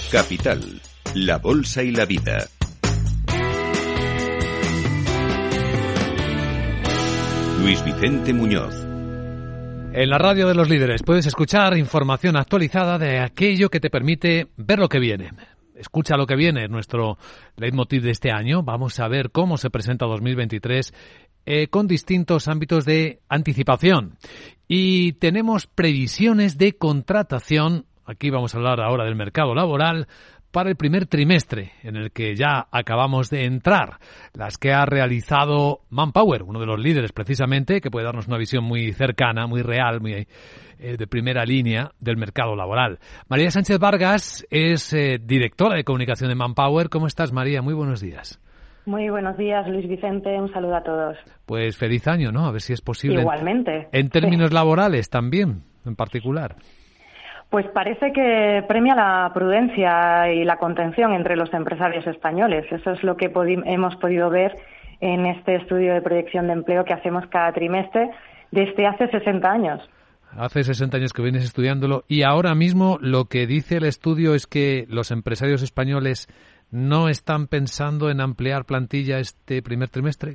Capital, la bolsa y la vida. Luis Vicente Muñoz. En la radio de los líderes puedes escuchar información actualizada de aquello que te permite ver lo que viene. Escucha lo que viene, es nuestro leitmotiv de este año. Vamos a ver cómo se presenta 2023 con distintos ámbitos de anticipación. Y tenemos previsiones de contratación. Aquí vamos a hablar ahora del mercado laboral para el primer trimestre, en el que ya acabamos de entrar, las que ha realizado Manpower, uno de los líderes precisamente, que puede darnos una visión muy cercana, muy real, muy de primera línea del mercado laboral. María Sánchez Vargas es directora de comunicación de Manpower. ¿Cómo estás, María? Muy buenos días. Muy buenos días, Luis Vicente. Un saludo a todos. Pues feliz año, ¿no? A ver si es posible. Igualmente. En términos laborales también, en particular. Pues parece que premia la prudencia y la contención entre los empresarios españoles. Eso es lo que hemos podido ver en este estudio de proyección de empleo que hacemos cada trimestre desde hace 60 años. Hace 60 años que vienes estudiándolo y ahora mismo lo que dice el estudio es que los empresarios españoles no están pensando en ampliar plantilla este primer trimestre.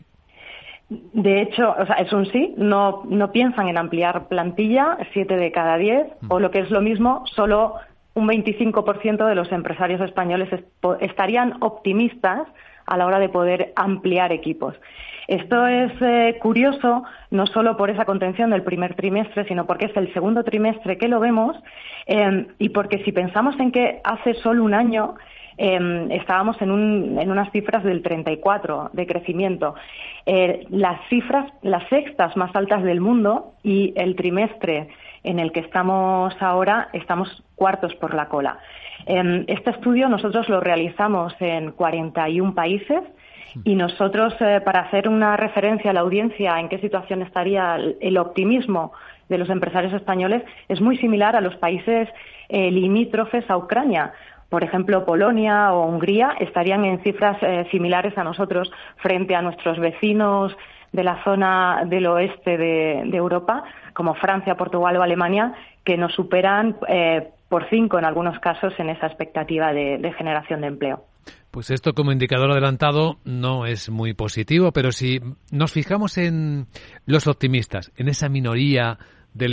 De hecho, o sea, es un sí, no piensan en ampliar plantilla, 7 de cada 10, o lo que es lo mismo, solo un 25% de los empresarios españoles estarían optimistas a la hora de poder ampliar equipos. Esto es curioso, no solo por esa contención del primer trimestre, sino porque es el segundo trimestre que lo vemos, y porque si pensamos en que hace solo un año estábamos en unas cifras del 34 de crecimiento. Las cifras, las sextas más altas del mundo, y el trimestre en el que estamos ahora, estamos cuartos por la cola. Este estudio nosotros lo realizamos en 41 países y nosotros, para hacer una referencia a la audiencia en qué situación estaría el optimismo de los empresarios españoles, es muy similar a los países limítrofes a Ucrania. Por ejemplo, Polonia o Hungría estarían en cifras similares a nosotros frente a nuestros vecinos de la zona del oeste de Europa, como Francia, Portugal o Alemania, que nos superan por 5 en algunos casos en esa expectativa de generación de empleo. Pues esto como indicador adelantado no es muy positivo, pero si nos fijamos en los optimistas, en esa minoría del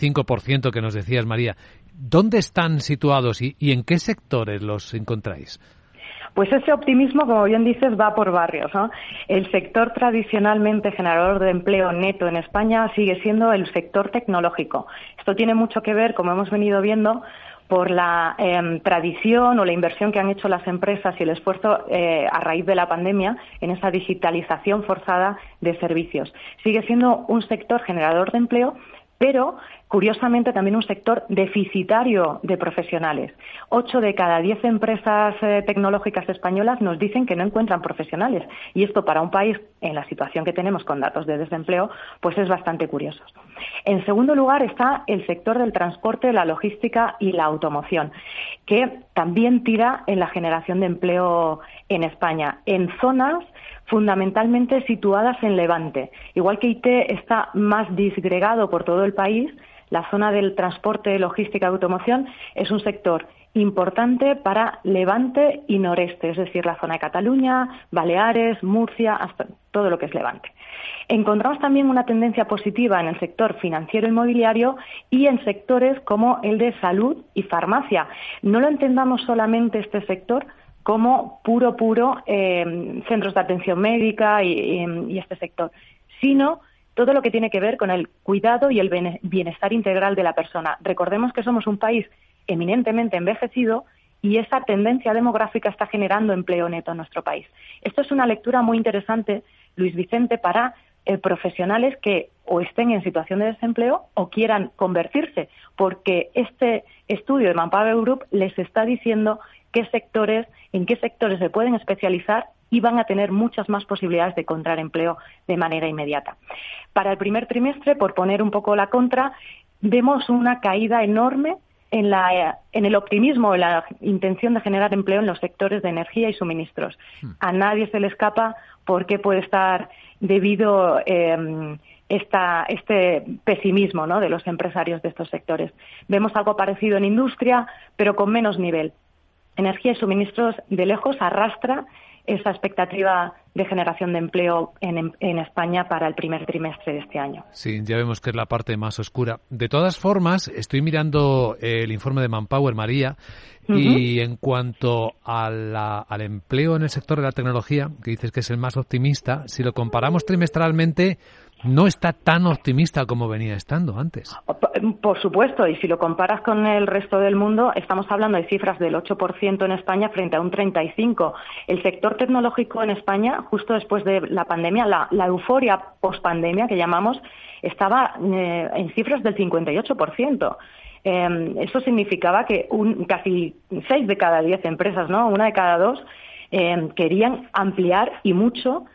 25% que nos decías, María, ¿dónde están situados y en qué sectores los encontráis? Pues ese optimismo, como bien dices, va por barrios, ¿no? El sector tradicionalmente generador de empleo neto en España sigue siendo el sector tecnológico. Esto tiene mucho que ver, como hemos venido viendo, por la tradición o la inversión que han hecho las empresas y el esfuerzo a raíz de la pandemia en esa digitalización forzada de servicios. Sigue siendo un sector generador de empleo, pero curiosamente también un sector deficitario de profesionales. 8 de cada 10 empresas tecnológicas españolas nos dicen que no encuentran profesionales, y esto para un país en la situación que tenemos con datos de desempleo pues es bastante curioso. En segundo lugar está el sector del transporte, la logística y la automoción, que también tira en la generación de empleo en España, en zonas fundamentalmente situadas en Levante. Igual que IT está más disgregado por todo el país, la zona del transporte, logística y automoción es un sector importante para Levante y Noreste, es decir, la zona de Cataluña, Baleares, Murcia, hasta todo lo que es Levante. Encontramos también una tendencia positiva en el sector financiero inmobiliario y en sectores como el de salud y farmacia. No lo entendamos solamente este sector como puro centros de atención médica y este sector, sino todo lo que tiene que ver con el cuidado y el bienestar integral de la persona. Recordemos que somos un país eminentemente envejecido y esa tendencia demográfica está generando empleo neto en nuestro país. Esto es una lectura muy interesante, Luis Vicente, para profesionales que o estén en situación de desempleo o quieran convertirse, porque este estudio de Manpower Group les está diciendo en qué sectores se pueden especializar y van a tener muchas más posibilidades de encontrar empleo de manera inmediata. Para el primer trimestre, por poner un poco la contra, vemos una caída enorme en el optimismo, en la intención de generar empleo en los sectores de energía y suministros. A nadie se le escapa por qué puede estar debido este pesimismo, ¿no?, de los empresarios de estos sectores. Vemos algo parecido en industria, pero con menos nivel. energía y suministros de lejos arrastra esa expectativa de generación de empleo en España para el primer trimestre de este año. Sí, ya vemos que es la parte más oscura. De todas formas, estoy mirando el informe de Manpower, María, y en cuanto al empleo en el sector de la tecnología, que dices que es el más optimista, si lo comparamos trimestralmente, no está tan optimista como venía estando antes. Por supuesto, y si lo comparas con el resto del mundo, estamos hablando de cifras del 8% en España frente a un 35%. El sector tecnológico en España, justo después de la pandemia, la euforia post-pandemia que llamamos, estaba en cifras del 58%. Eso significaba que casi 6 de cada 10 empresas, ¿no? 1 de cada 2, querían ampliar y mucho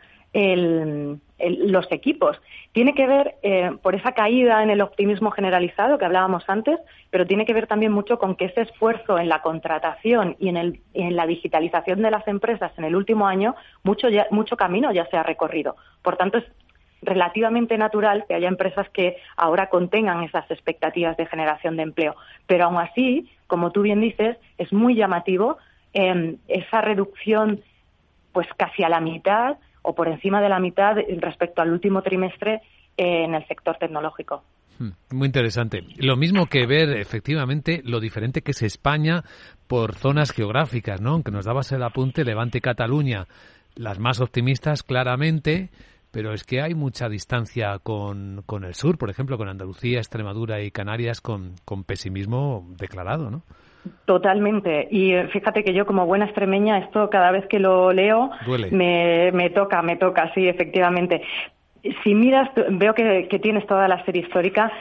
los equipos. Tiene que ver por esa caída en el optimismo generalizado que hablábamos antes, pero tiene que ver también mucho con que ese esfuerzo en la contratación y en la digitalización de las empresas en el último año, mucho camino ya se ha recorrido. Por tanto, es relativamente natural que haya empresas que ahora contengan esas expectativas de generación de empleo. Pero aún así, como tú bien dices, es muy llamativo esa reducción pues casi a la mitad o por encima de la mitad respecto al último trimestre en el sector tecnológico. Muy interesante. Lo mismo que ver efectivamente lo diferente que es España por zonas geográficas, ¿no? Aunque nos dabas el apunte, Levante y Cataluña, las más optimistas claramente, pero es que hay mucha distancia con el sur, por ejemplo, con Andalucía, Extremadura y Canarias, con pesimismo declarado, ¿no? Totalmente. Y fíjate que yo, como buena extremeña, esto cada vez que lo leo me toca, sí, efectivamente. Si miras, veo que tienes toda la serie histórica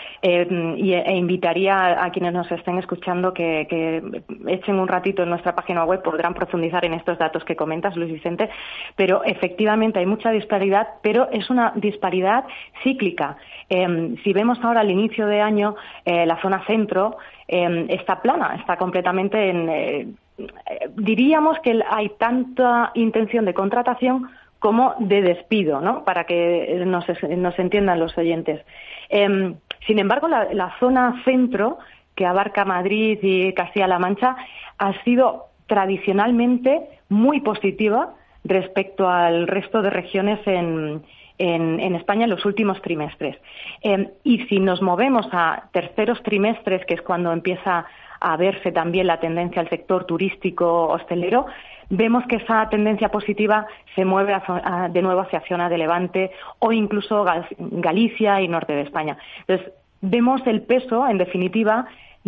e invitaría a quienes nos estén escuchando que echen un ratito en nuestra página web, podrán profundizar en estos datos que comentas, Luis Vicente, pero efectivamente hay mucha disparidad, pero es una disparidad cíclica. Si vemos ahora al inicio de año, la zona centro está plana, está completamente diríamos que hay tanta intención de contratación como de despido, ¿no? Para que nos entiendan los oyentes. Sin embargo, la zona centro, que abarca Madrid y Castilla-La Mancha, ha sido tradicionalmente muy positiva respecto al resto de regiones en España en los últimos trimestres. Y si nos movemos a terceros trimestres, que es cuando empieza a verse también la tendencia al sector turístico hostelero, vemos que esa tendencia positiva se mueve de nuevo hacia zona de Levante o incluso Galicia y norte de España. Entonces, vemos el peso, en definitiva,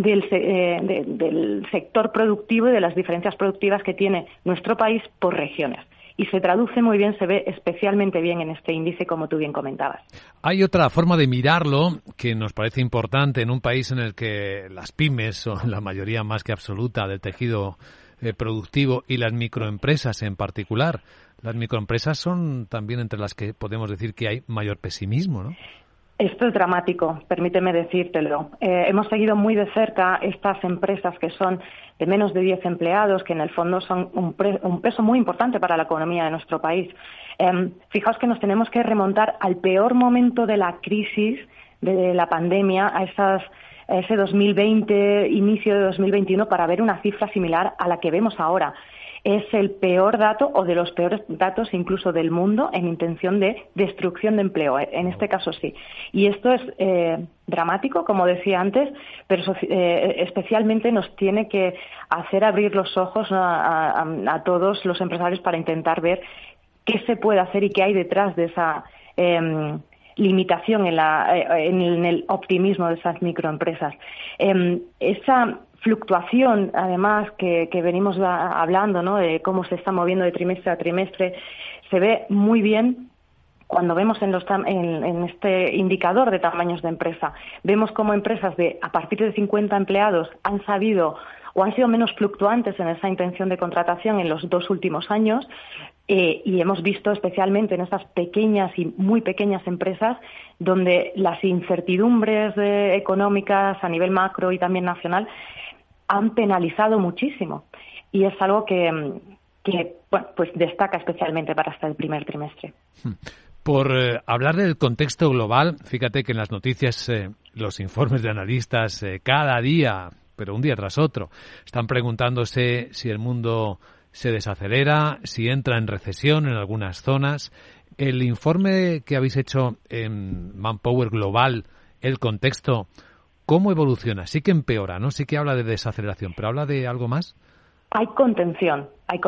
del sector productivo y de las diferencias productivas que tiene nuestro país por regiones. Y se traduce muy bien, se ve especialmente bien en este índice, como tú bien comentabas. Hay otra forma de mirarlo que nos parece importante en un país en el que las pymes son la mayoría más que absoluta del tejido productivo y las microempresas en particular. Las microempresas son también entre las que podemos decir que hay mayor pesimismo, ¿no? Esto es dramático, permíteme decírtelo. Hemos seguido muy de cerca estas empresas que son de menos de 10 empleados, que en el fondo son un peso muy importante para la economía de nuestro país. Fijaos que nos tenemos que remontar al peor momento de la crisis, de la pandemia, a ese 2020, inicio de 2021, para ver una cifra similar a la que vemos ahora. Es el peor dato, o de los peores datos incluso del mundo, en intención de destrucción de empleo, en este caso sí. Y esto es dramático, como decía antes, pero especialmente nos tiene que hacer abrir los ojos a todos los empresarios para intentar ver qué se puede hacer y qué hay detrás de esa limitación en el optimismo de esas microempresas. Esa fluctuación, además, que venimos hablando, ¿no?, de cómo se está moviendo de trimestre a trimestre, se ve muy bien cuando vemos en este indicador de tamaños de empresa. Vemos cómo empresas a partir de 50 empleados han sabido o han sido menos fluctuantes en esa intención de contratación en los 2 últimos años, y hemos visto especialmente en esas pequeñas y muy pequeñas empresas donde las incertidumbres económicas a nivel macro y también nacional han penalizado muchísimo, y es algo que bueno, pues destaca especialmente para hasta el primer trimestre. Por hablar del contexto global, fíjate que en las noticias, los informes de analistas cada día pero un día tras otro. Están preguntándose si el mundo se desacelera, si entra en recesión en algunas zonas. El informe que habéis hecho en Manpower Global, el contexto, ¿cómo evoluciona? Sí que empeora, ¿no? Sí que habla de desaceleración, pero ¿habla de algo más? Hay contención,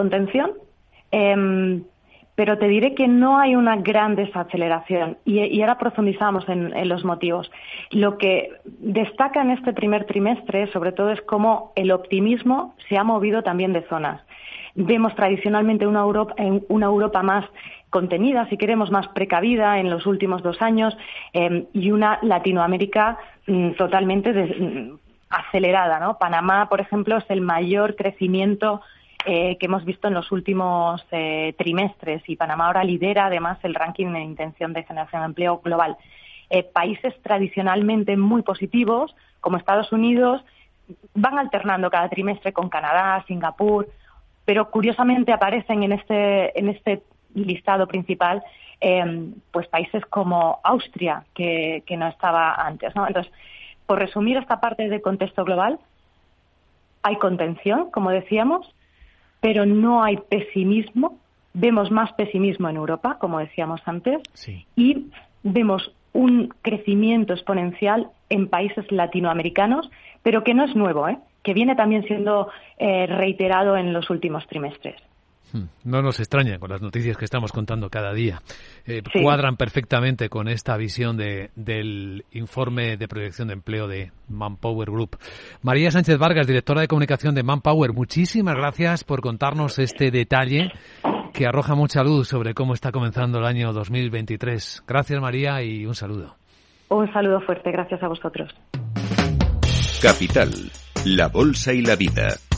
pero te diré que no hay una gran desaceleración y ahora profundizamos en los motivos. Lo que destaca en este primer trimestre, sobre todo, es cómo el optimismo se ha movido también de zonas. Vemos tradicionalmente una Europa más contenida, si queremos, más precavida en los últimos 2 años y una Latinoamérica totalmente acelerada, ¿no? Panamá, por ejemplo, es el mayor crecimiento que hemos visto en los últimos trimestres y Panamá ahora lidera además el ranking de intención de generación de empleo global. Países tradicionalmente muy positivos, como Estados Unidos, van alternando cada trimestre con Canadá, Singapur, pero curiosamente aparecen en este listado principal pues países como Austria, que no estaba antes, ¿no? Entonces, por resumir esta parte de contexto global, hay contención, como decíamos, pero no hay pesimismo. Vemos más pesimismo en Europa, como decíamos antes, sí. Y vemos un crecimiento exponencial en países latinoamericanos, pero que no es nuevo, que viene también siendo reiterado en los últimos trimestres. No nos extraña con las noticias que estamos contando cada día. Sí. Cuadran perfectamente con esta visión del informe de proyección de empleo de Manpower Group. María Sánchez Vargas, directora de comunicación de Manpower, muchísimas gracias por contarnos este detalle que arroja mucha luz sobre cómo está comenzando el año 2023. Gracias, María, y un saludo. Un saludo fuerte, gracias a vosotros. Capital, la bolsa y la vida.